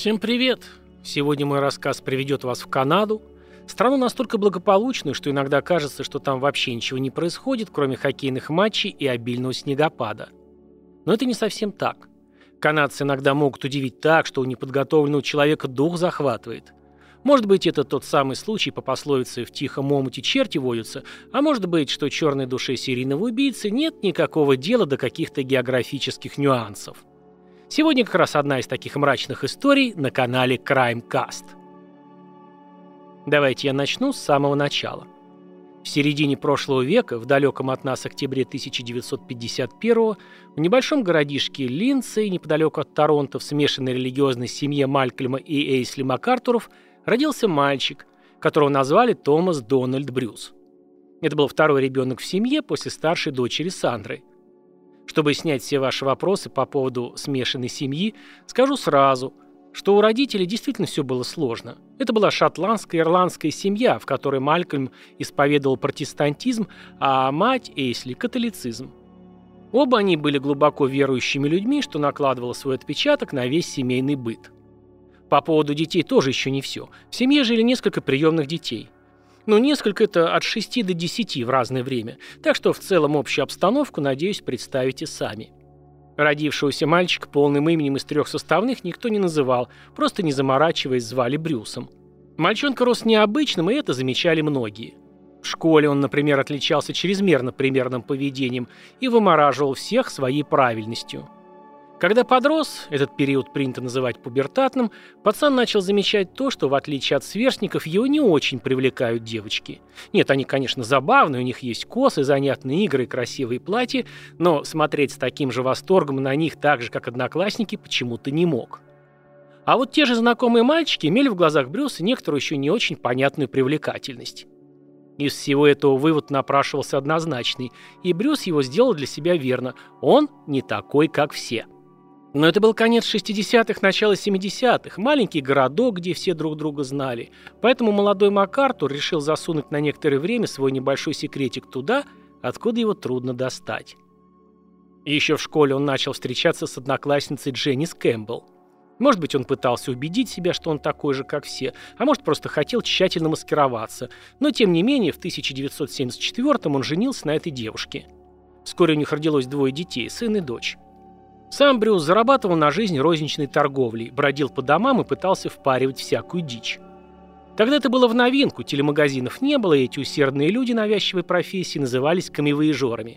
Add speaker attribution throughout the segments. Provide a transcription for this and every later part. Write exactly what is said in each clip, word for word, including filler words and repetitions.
Speaker 1: Всем привет! Сегодня мой рассказ приведет вас в Канаду, страну настолько благополучную, что иногда кажется, что там вообще ничего не происходит, кроме хоккейных матчей и обильного снегопада. Но это не совсем так. Канадцы иногда могут удивить так, что у неподготовленного человека дух захватывает. Может быть, это тот самый случай по пословице «в тихом омуте черти водятся», а может быть, что черной душе серийного убийцы нет никакого дела до каких-то географических нюансов. Сегодня как раз одна из таких мрачных историй на канале Crimecast. Давайте я начну с самого начала. В середине прошлого века, в далеком от нас октябре тысяча девятьсот пятьдесят первого, в небольшом городишке Линдсей, неподалеку от Торонто, в смешанной религиозной семье Малькольма и Эйсли Макартуров, родился мальчик, которого назвали Томас Дональд Брюс. Это был второй ребенок в семье после старшей дочери Сандры. Чтобы снять все ваши вопросы по поводу смешанной семьи, скажу сразу, что у родителей действительно все было сложно. Это была шотландская и ирландская семья, в которой Малькольм исповедовал протестантизм, а мать Эйсли – католицизм. Оба они были глубоко верующими людьми, что накладывало свой отпечаток на весь семейный быт. По поводу детей тоже еще не все. В семье жили несколько приемных детей. Но несколько это от шести до десяти в разное время, так что в целом общую обстановку, надеюсь, представите сами. Родившегося мальчика полным именем из трех составных никто не называл, просто не заморачиваясь звали Брюсом. Мальчонка рос необычным, и это замечали многие. В школе он, например, отличался чрезмерно примерным поведением и вымораживал всех своей правильностью. Когда подрос, этот период принято называть пубертатным, пацан начал замечать то, что в отличие от сверстников его не очень привлекают девочки. Нет, они, конечно, забавные, у них есть косы, занятные игры и красивые платья, но смотреть с таким же восторгом на них так же, как одноклассники, почему-то не мог. А вот те же знакомые мальчики имели в глазах Брюса некоторую еще не очень понятную привлекательность. Из всего этого вывод напрашивался однозначный, и Брюс его сделал для себя верно – он не такой, как все. Но это был конец шестидесятых, начало семидесятых, маленький городок, где все друг друга знали. Поэтому молодой МакАртур решил засунуть на некоторое время свой небольшой секретик туда, откуда его трудно достать. Еще в школе он начал встречаться с одноклассницей Дженнис Кэмпбелл. Может быть, он пытался убедить себя, что он такой же, как все, а может, просто хотел тщательно маскироваться. Но, тем не менее, в тысяча девятьсот семьдесят четвёртом он женился на этой девушке. Вскоре у них родилось двое детей, сын и дочь. Сам Брюс зарабатывал на жизнь розничной торговлей, бродил по домам и пытался впаривать всякую дичь. Тогда это было в новинку, телемагазинов не было, и эти усердные люди навязчивой профессии назывались камевояжерами.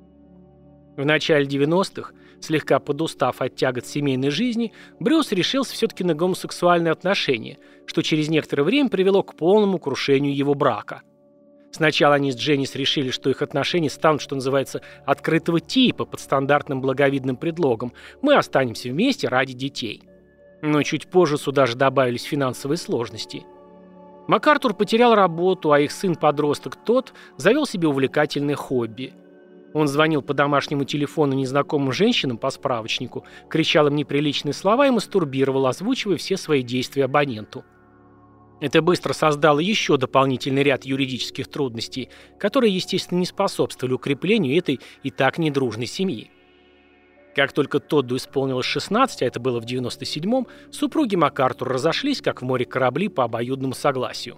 Speaker 1: В начале девяностых, слегка подустав от тягот семейной жизни, Брюс решился все-таки на гомосексуальные отношения, что через некоторое время привело к полному крушению его брака. Сначала они с Дженнис решили, что их отношения станут, что называется, открытого типа, под стандартным благовидным предлогом. Мы останемся вместе ради детей. Но чуть позже сюда же добавились финансовые сложности. МакАртур потерял работу, а их сын-подросток Тодд завел себе увлекательное хобби. Он звонил по домашнему телефону незнакомым женщинам по справочнику, кричал им неприличные слова и мастурбировал, озвучивая все свои действия абоненту. Это быстро создало еще дополнительный ряд юридических трудностей, которые, естественно, не способствовали укреплению этой и так недружной семьи. Как только Тодду исполнилось шестнадцать, а это было в девяносто седьмом, супруги МакАртур разошлись, как в море корабли, по обоюдному согласию.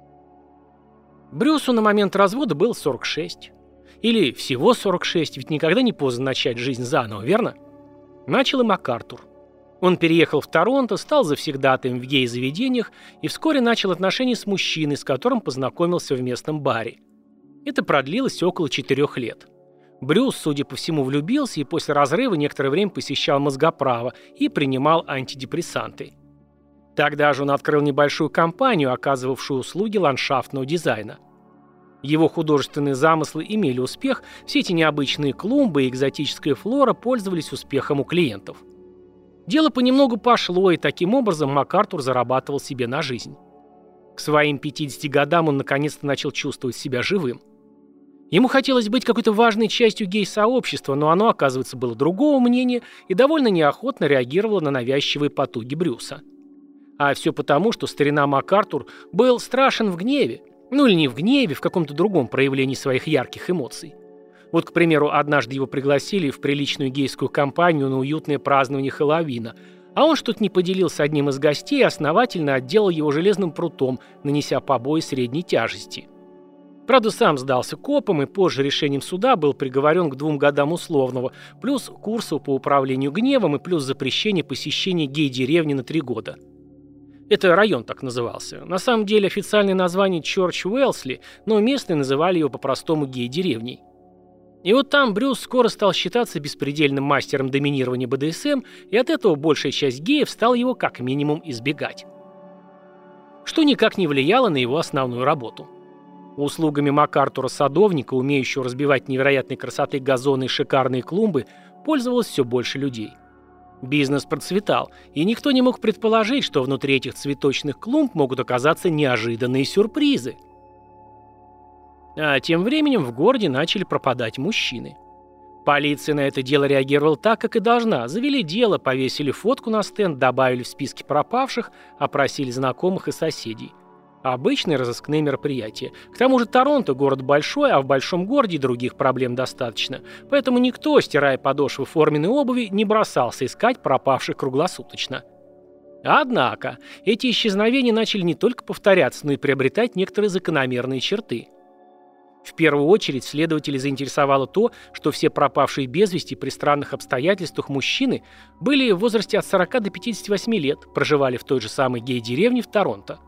Speaker 1: Брюсу на момент развода было сорок шесть. Или всего сорок шесть, ведь никогда не поздно начать жизнь заново, верно? Начал и МакАртур. Он переехал в Торонто, стал завсегдатаем в гей-заведениях и вскоре начал отношения с мужчиной, с которым познакомился в местном баре. Это продлилось около четырех лет. Брюс, судя по всему, влюбился и после разрыва некоторое время посещал мозгоправо и принимал антидепрессанты. Тогда же он открыл небольшую компанию, оказывавшую услуги ландшафтного дизайна. Его художественные замыслы имели успех, все эти необычные клумбы и экзотическая флора пользовались успехом у клиентов. Дело понемногу пошло, и таким образом МакАртур зарабатывал себе на жизнь. К своим пятидесяти годам он наконец-то начал чувствовать себя живым. Ему хотелось быть какой-то важной частью гей-сообщества, но оно, оказывается, было другого мнения и довольно неохотно реагировало на навязчивые потуги Брюса. А все потому, что старина МакАртур был страшен в гневе. Ну или не в гневе, в каком-то другом проявлении своих ярких эмоций. Вот, к примеру, однажды его пригласили в приличную гейскую компанию на уютное празднование Хэллоуина, А он что-то не поделил с одним из гостей и основательно отделал его железным прутом, нанеся побои средней тяжести. Правда, сам сдался копам и позже решением суда был приговорен к двум годам условного, плюс курсу по управлению гневом и плюс запрещение посещения гей-деревни на три года. Это район так назывался. На самом деле официальное название Чорч-Уэлсли, но местные называли его по-простому гей-деревней. И вот там Брюс скоро стал считаться беспредельным мастером доминирования бэ дэ эс эм, и от этого большая часть геев стала его как минимум избегать. Что никак не влияло на его основную работу. Услугами МакАртура Садовника, умеющего разбивать невероятной красоты газоны и шикарные клумбы, пользовалось все больше людей. Бизнес процветал, и никто не мог предположить, что внутри этих цветочных клумб могут оказаться неожиданные сюрпризы. А тем временем в городе начали пропадать мужчины. Полиция на это дело реагировала так, как и должна. Завели дело, повесили фотку на стенд, добавили в списки пропавших, опросили знакомых и соседей. Обычные разыскные мероприятия. К тому же Торонто – город большой, а в большом городе других проблем достаточно. Поэтому никто, стирая подошвы форменной обуви, не бросался искать пропавших круглосуточно. Однако, эти исчезновения начали не только повторяться, но и приобретать некоторые закономерные черты. В первую очередь следователей заинтересовало то, что все пропавшие без вести при странных обстоятельствах мужчины были в возрасте от сорока до пятидесяти восьми лет, проживали в той же самой гей-деревне в Торонто.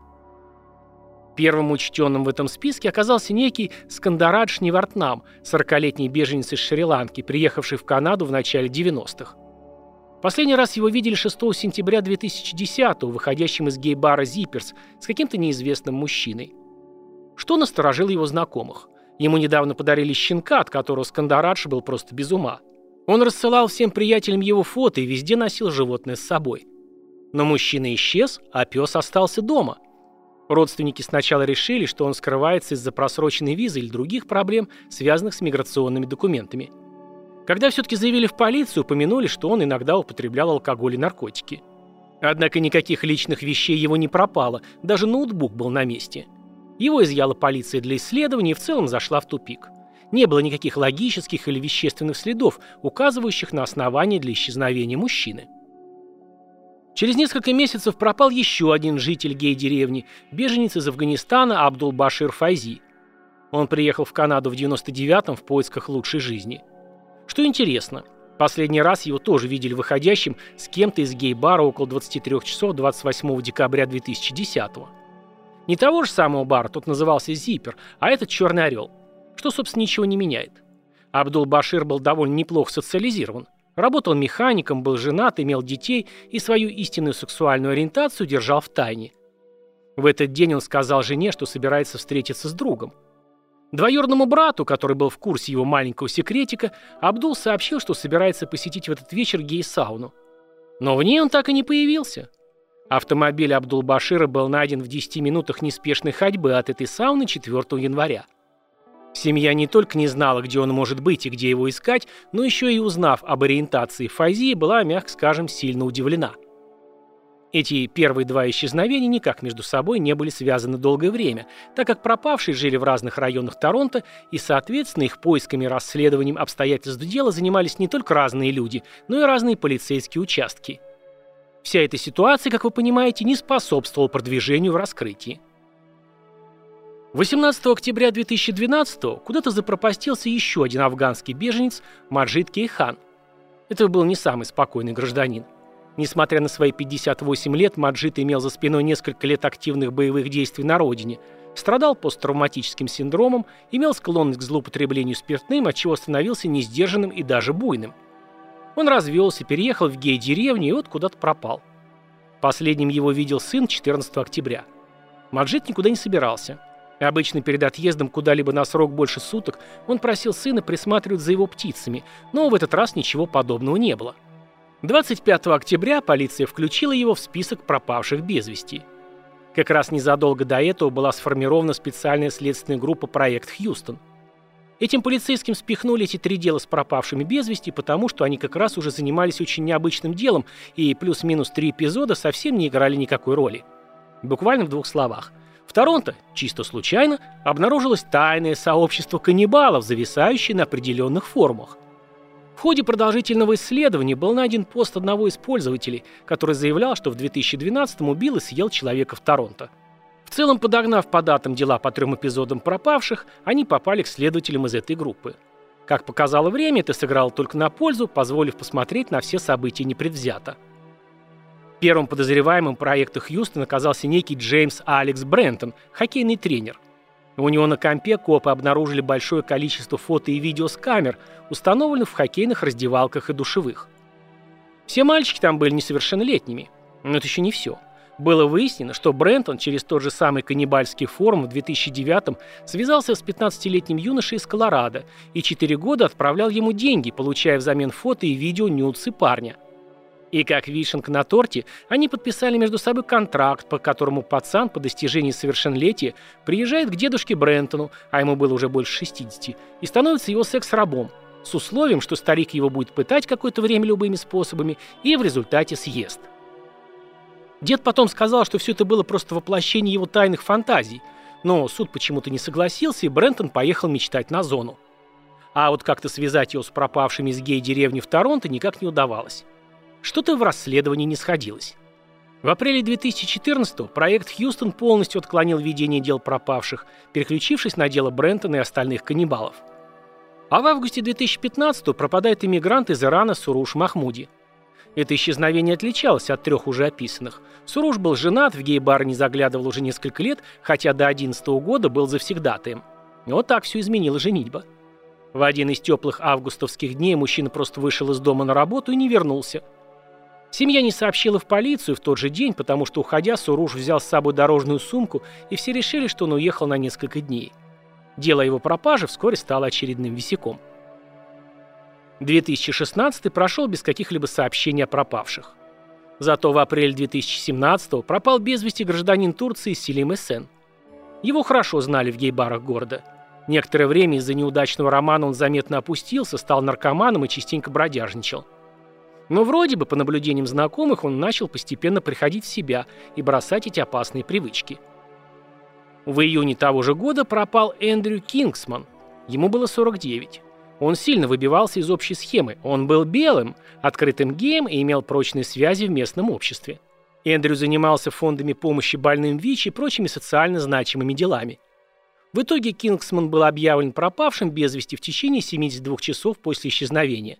Speaker 1: Первым учтенным в этом списке оказался некий Скандарадж Нивартнам, сорокалетний беженец из Шри-Ланки, приехавший в Канаду в начале девяностых. Последний раз его видели шестого сентября две тысячи десятого, выходящим из гей-бара «Зипперс» с каким-то неизвестным мужчиной. Что насторожило его знакомых? Ему недавно подарили щенка, от которого Скандарадж был просто без ума. Он рассылал всем приятелям его фото и везде носил животное с собой. Но мужчина исчез, а пес остался дома. Родственники сначала решили, что он скрывается из-за просроченной визы или других проблем, связанных с миграционными документами. Когда все-таки заявили в полицию, упомянули, что он иногда употреблял алкоголь и наркотики. Однако никаких личных вещей его не пропало, даже ноутбук был на месте. Его изъяла полиция для исследования и в целом зашла в тупик. Не было никаких логических или вещественных следов, указывающих на основания для исчезновения мужчины. Через несколько месяцев пропал еще один житель гей-деревни, беженец из Афганистана Абдул-Башир Файзи. Он приехал в Канаду в девяносто девятом в поисках лучшей жизни. Что интересно, последний раз его тоже видели выходящим с кем-то из гей-бара около двадцати трёх часов двадцать восьмого декабря две тысячи десятого. Не того же самого бара, тот назывался «Зиппер», а этот «Черный орел», что, собственно, ничего не меняет. Абдул-Башир был довольно неплохо социализирован. Работал механиком, был женат, имел детей и свою истинную сексуальную ориентацию держал в тайне. В этот день он сказал жене, что собирается встретиться с другом. Двоюродному брату, который был в курсе его маленького секретика, Абдул сообщил, что собирается посетить в этот вечер гей-сауну. Но в ней он так и не появился. Автомобиль Абдул-Башира был найден в десяти минутах неспешной ходьбы от этой сауны четвёртого января. Семья не только не знала, где он может быть и где его искать, но еще и, узнав об ориентации Файзи, была, мягко скажем, сильно удивлена. Эти первые два исчезновения никак между собой не были связаны долгое время, так как пропавшие жили в разных районах Торонто, и, соответственно, их поисками и расследованием обстоятельств дела занимались не только разные люди, но и разные полицейские участки. Вся эта ситуация, как вы понимаете, не способствовала продвижению в раскрытии. восемнадцатого октября две тысячи двенадцатого куда-то запропастился еще один афганский беженец Маджид Кейхан. Это был не самый спокойный гражданин. Несмотря на свои пятьдесят восемь лет, Маджид имел за спиной несколько лет активных боевых действий на родине, страдал посттравматическим синдромом, имел склонность к злоупотреблению спиртным, отчего становился несдержанным и даже буйным. Он развелся, переехал в гей-деревню и вот куда-то пропал. Последним его видел сын четырнадцатого октября. Маджид никуда не собирался. Обычно перед отъездом куда-либо на срок больше суток он просил сына присматривать за его птицами, но в этот раз ничего подобного не было. двадцать пятого октября полиция включила его в список пропавших без вести. Как раз незадолго до этого была сформирована специальная следственная группа «Проект Хьюстон». Этим полицейским спихнули эти три дела с пропавшими без вести, потому что они как раз уже занимались очень необычным делом, и плюс-минус три эпизода совсем не играли никакой роли. Буквально в двух словах. В Торонто, чисто случайно, обнаружилось тайное сообщество каннибалов, зависающее на определенных форумах. В ходе продолжительного исследования был найден пост одного из пользователей, который заявлял, что в две тысячи двенадцатом убил и съел человека в Торонто. В целом, подогнав по датам дела по трем эпизодам пропавших, они попали к следователям из этой группы. Как показало время, это сыграло только на пользу, позволив посмотреть на все события непредвзято. Первым подозреваемым проекта Хьюстон оказался некий Джеймс Алекс Брентон, хоккейный тренер. У него на компе копы обнаружили большое количество фото и видео с камер, установленных в хоккейных раздевалках и душевых. Все мальчики там были несовершеннолетними. Но это еще не все. Было выяснено, что Брентон через тот же самый каннибальский форум в две тысячи девятом связался с пятнадцатилетним юношей из Колорадо и четыре года отправлял ему деньги, получая взамен фото и видео нюдсы парня. И как вишенка на торте, они подписали между собой контракт, по которому пацан по достижении совершеннолетия приезжает к дедушке Брентону, а ему было уже больше шестидесяти, и становится его секс-рабом, с условием, что старик его будет пытать какое-то время любыми способами и в результате съест. Дед потом сказал, что все это было просто воплощение его тайных фантазий, но суд почему-то не согласился, и Брентон поехал мечтать на зону. А вот как-то связать его с пропавшими из гей-деревни в Торонто никак не удавалось. Что-то в расследовании не сходилось. В апреле две тысячи четырнадцатого проект Хьюстон полностью отклонил ведение дел пропавших, переключившись на дело Брентона и остальных каннибалов. А в августе две тысячи пятнадцатого пропадает иммигрант из Ирана Суруш Махмуди. Это исчезновение отличалось от трех уже описанных. Суруш был женат, в гей-бар не заглядывал уже несколько лет, хотя до две тысячи одиннадцатого года был завсегдатаем. Вот так все изменила женитьба. В один из теплых августовских дней мужчина просто вышел из дома на работу и не вернулся. Семья не сообщила в полицию в тот же день, потому что, уходя, Суруш взял с собой дорожную сумку, и все решили, что он уехал на несколько дней. Дело о его пропаже вскоре стало очередным висяком. две тысячи шестнадцатый прошел без каких-либо сообщений о пропавших. Зато в апреле две тысячи семнадцатого пропал без вести гражданин Турции Селим Эсен. Его хорошо знали в гей-барах города. Некоторое время из-за неудачного романа он заметно опустился, стал наркоманом и частенько бродяжничал. Но вроде бы, по наблюдениям знакомых, он начал постепенно приходить в себя и бросать эти опасные привычки. В июне того же года пропал Эндрю Кингсман. Ему было сорок девять. Он сильно выбивался из общей схемы. Он был белым, открытым геем и имел прочные связи в местном обществе. Эндрю занимался фондами помощи больным ВИЧ и прочими социально значимыми делами. В итоге Кингсман был объявлен пропавшим без вести в течение семидесяти двух часов после исчезновения.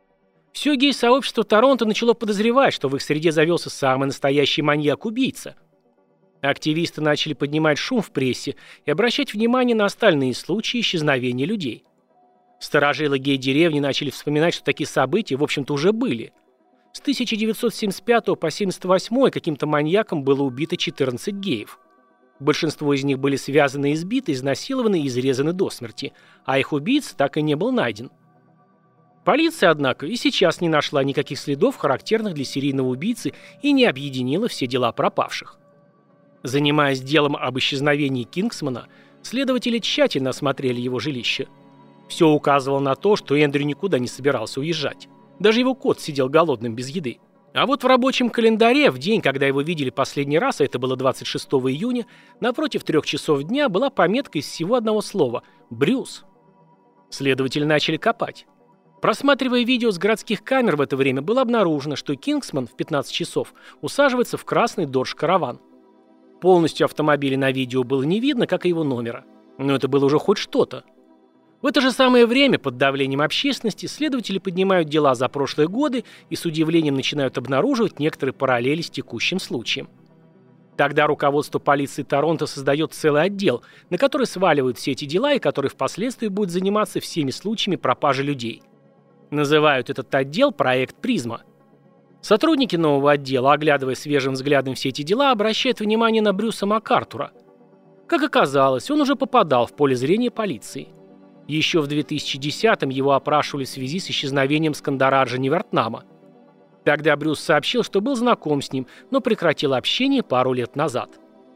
Speaker 1: Все гей-сообщество Торонто начало подозревать, что в их среде завелся самый настоящий маньяк-убийца. Активисты начали поднимать шум в прессе и обращать внимание на остальные случаи исчезновения людей. Старожилы гей-деревни начали вспоминать, что такие события, в общем-то, уже были. С тысяча девятьсот семьдесят пятого по семьдесят восьмой каким-то маньяком было убито четырнадцать геев. Большинство из них были связаны, избиты, изнасилованы и изрезаны до смерти, а их убийца так и не был найден. Полиция, однако, и сейчас не нашла никаких следов, характерных для серийного убийцы, и не объединила все дела пропавших. Занимаясь делом об исчезновении Кингсмана, следователи тщательно осмотрели его жилище. Все указывало на то, что Эндрю никуда не собирался уезжать. Даже его кот сидел голодным без еды. А вот в рабочем календаре, в день, когда его видели последний раз, а это было двадцать шестого июня, напротив трех часов дня была пометка из всего одного слова «Брюс». Следователи начали копать. Просматривая видео с городских камер в это время, было обнаружено, что Кингсман в пятнадцать часов усаживается в красный Dodge Caravan. Полностью автомобиля на видео было не видно, как и его номера. Но это было уже хоть что-то. В это же самое время, под давлением общественности, следователи поднимают дела за прошлые годы и с удивлением начинают обнаруживать некоторые параллели с текущим случаем. Тогда руководство полиции Торонто создает целый отдел, на который сваливают все эти дела и который впоследствии будет заниматься всеми случаями пропажи людей. Называют этот отдел «Проект Призма». Сотрудники нового отдела, оглядывая свежим взглядом все эти дела, обращают внимание на Брюса МакАртура. Как оказалось, он уже попадал в поле зрения полиции. Еще в две тысячи десятом его опрашивали в связи с исчезновением Скандараджа Нивартнама. Тогда Брюс сообщил, что был знаком с ним, но прекратил общение пару лет назад.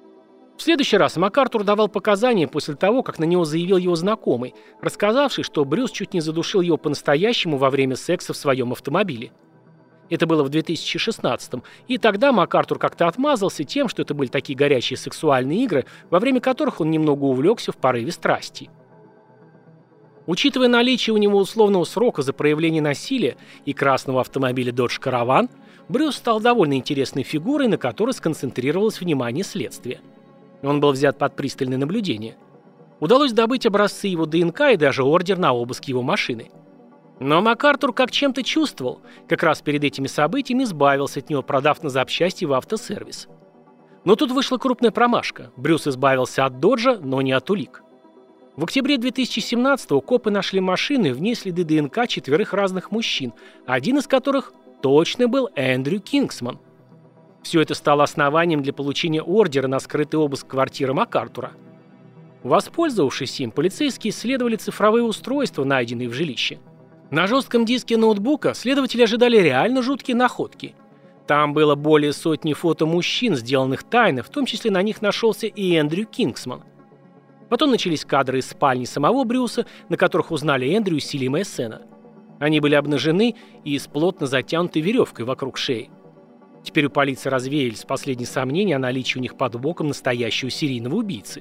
Speaker 1: В следующий раз МакАртур давал показания после того, как на него заявил его знакомый, рассказавший, что Брюс чуть не задушил его по-настоящему во время секса в своем автомобиле. Это было в две тысячи шестнадцатом, и тогда МакАртур как-то отмазался тем, что это были такие горячие сексуальные игры, во время которых он немного увлекся в порыве страсти. Учитывая наличие у него условного срока за проявление насилия и красного автомобиля Dodge Caravan, Брюс стал довольно интересной фигурой, на которой сконцентрировалось внимание следствия. Он был взят под пристальное наблюдение. Удалось добыть образцы его ДНК и даже ордер на обыск его машины. Но МакАртур как чем-то чувствовал, как раз перед этими событиями избавился от него, продав на запчасти в автосервис. Но тут вышла крупная промашка. Брюс избавился от Доджа, но не от улик. В октябре две тысячи семнадцатого копы нашли машины, в ней следы ДНК четверых разных мужчин, один из которых точно был Эндрю Кингсман. Все это стало основанием для получения ордера на скрытый обыск квартиры МакАртура. Воспользовавшись им, полицейские исследовали цифровые устройства, найденные в жилище. На жестком диске ноутбука следователи ожидали реально жуткие находки. Там было более сотни фото мужчин, сделанных тайно, в том числе на них нашелся и Эндрю Кингсман. Потом начались кадры из спальни самого Брюса, на которых узнали Эндрю и Силима Эссена. Они были обнажены и с плотно затянутой веревкой вокруг шеи. Теперь у полиции развеялись последние сомнения о наличии у них под боком настоящего серийного убийцы.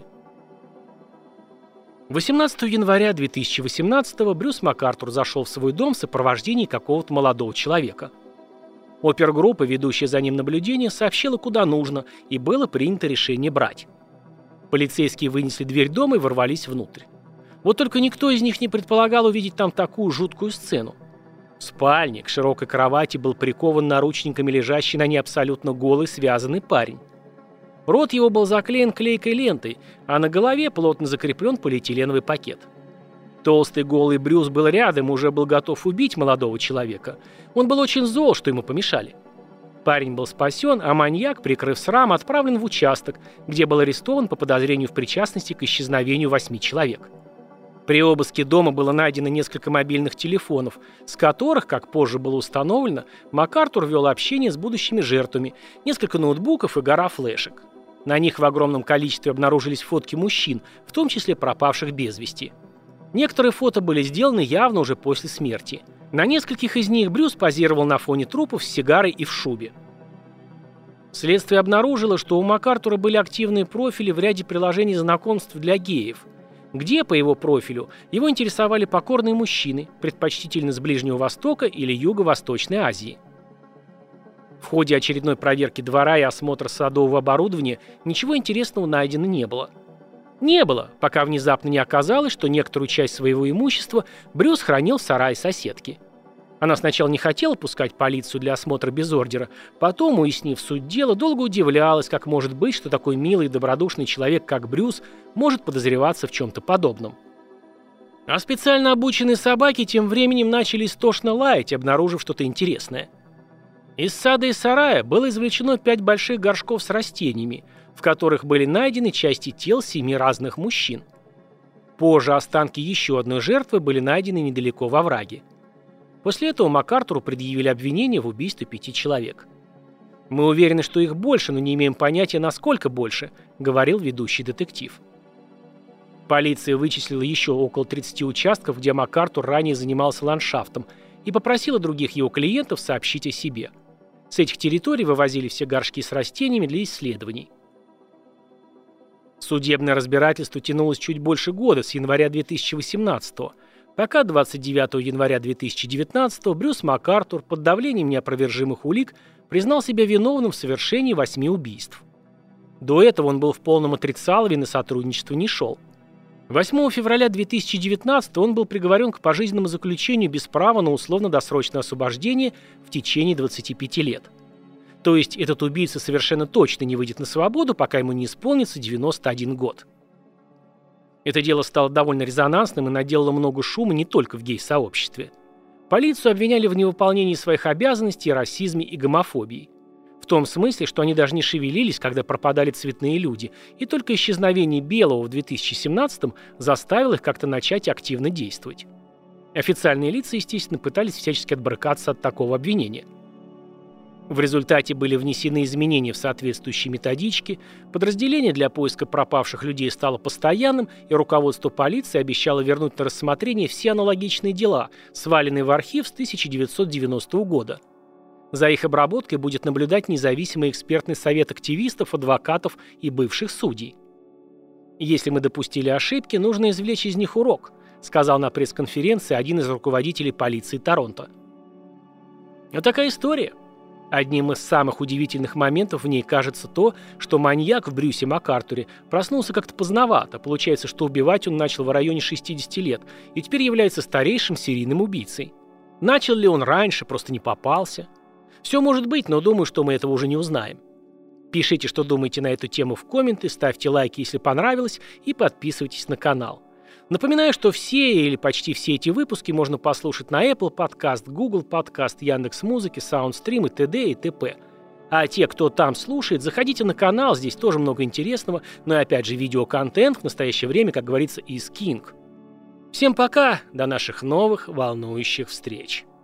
Speaker 1: восемнадцатого января две тысячи восемнадцатого Брюс МакАртур зашел в свой дом в сопровождении какого-то молодого человека. Опергруппа, ведущая за ним наблюдение, сообщила, куда нужно, и было принято решение брать. Полицейские вынесли дверь дома и ворвались внутрь. Вот только никто из них не предполагал увидеть там такую жуткую сцену. В спальне к широкой кровати был прикован наручниками лежащий на ней абсолютно голый связанный парень. Рот его был заклеен клейкой лентой, а на голове плотно закреплен полиэтиленовый пакет. Толстый голый Брюс был рядом и уже был готов убить молодого человека. Он был очень зол, что ему помешали. Парень был спасен, а маньяк, прикрыв срам, отправлен в участок, где был арестован по подозрению в причастности к исчезновению восьми человек. При обыске дома было найдено несколько мобильных телефонов, с которых, как позже было установлено, МакАртур вел общение с будущими жертвами, несколько ноутбуков и гора флешек. На них в огромном количестве обнаружились фотки мужчин, в том числе пропавших без вести. Некоторые фото были сделаны явно уже после смерти. На нескольких из них Брюс позировал на фоне трупов с сигарой и в шубе. Следствие обнаружило, что у МакАртура были активные профили в ряде приложений знакомств для геев, где, по его профилю, его интересовали покорные мужчины, предпочтительно с Ближнего Востока или Юго-Восточной Азии. В ходе очередной проверки двора и осмотра садового оборудования ничего интересного найдено не было. Не было, пока внезапно не оказалось, что некоторую часть своего имущества Брюс хранил в сарае соседки. Она сначала не хотела пускать полицию для осмотра без ордера, потом, уяснив суть дела, долго удивлялась, как может быть, что такой милый и добродушный человек, как Брюс, может подозреваться в чем-то подобном. А специально обученные собаки тем временем начали истошно лаять, обнаружив что-то интересное. Из сада и сарая было извлечено пять больших горшков с растениями, в которых были найдены части тел семи разных мужчин. Позже останки еще одной жертвы были найдены недалеко во враге. После этого МакАртуру предъявили обвинение в убийстве пяти человек. «Мы уверены, что их больше, но не имеем понятия, насколько больше», — говорил ведущий детектив. Полиция вычислила еще около тридцати участков, где МакАртур ранее занимался ландшафтом, и попросила других его клиентов сообщить о себе. С этих территорий вывозили все горшки с растениями для исследований. Судебное разбирательство тянулось чуть больше года, с января две тысячи восемнадцатого, пока двадцать девятого января две тысячи девятнадцатого Брюс МакАртур под давлением неопровержимых улик признал себя виновным в совершении восьми убийств. До этого он был в полном отрицалове и на сотрудничество не шел. восьмого февраля две тысячи девятнадцатого он был приговорен к пожизненному заключению без права на условно-досрочное освобождение в течение двадцати пяти лет. То есть этот убийца совершенно точно не выйдет на свободу, пока ему не исполнится девяносто один год. Это дело стало довольно резонансным и наделало много шума не только в гей-сообществе. Полицию обвиняли в невыполнении своих обязанностей, расизме и гомофобии. В том смысле, что они даже не шевелились, когда пропадали цветные люди, и только исчезновение белого в две тысячи семнадцатом заставило их как-то начать активно действовать. Официальные лица, естественно, пытались всячески отбрыкаться от такого обвинения. В результате были внесены изменения в соответствующие методички, подразделение для поиска пропавших людей стало постоянным, и руководство полиции обещало вернуть на рассмотрение все аналогичные дела, сваленные в архив с тысяча девятьсот девяностого года. За их обработкой будет наблюдать независимый экспертный совет активистов, адвокатов и бывших судей. Если мы допустили ошибки, нужно извлечь из них урок, сказал на пресс-конференции один из руководителей полиции Торонто. Вот такая история. Одним из самых удивительных моментов в ней кажется то, что маньяк в Брюсе МакАртуре проснулся как-то поздновато. Получается, что убивать он начал в районе шестидесяти лет и теперь является старейшим серийным убийцей. Начал ли он раньше, просто не попался? Все может быть, но думаю, что мы этого уже не узнаем. Пишите, что думаете на эту тему в комменты, ставьте лайки, если понравилось, и подписывайтесь на канал. Напоминаю, что все или почти все эти выпуски можно послушать на Apple Podcast, Google Podcast, Яндекс.Музыке, SoundStream и т.д. и т.п. А те, кто там слушает, заходите на канал, здесь тоже много интересного, но и опять же видеоконтент в настоящее время, как говорится, is king. Всем пока, до наших новых волнующих встреч.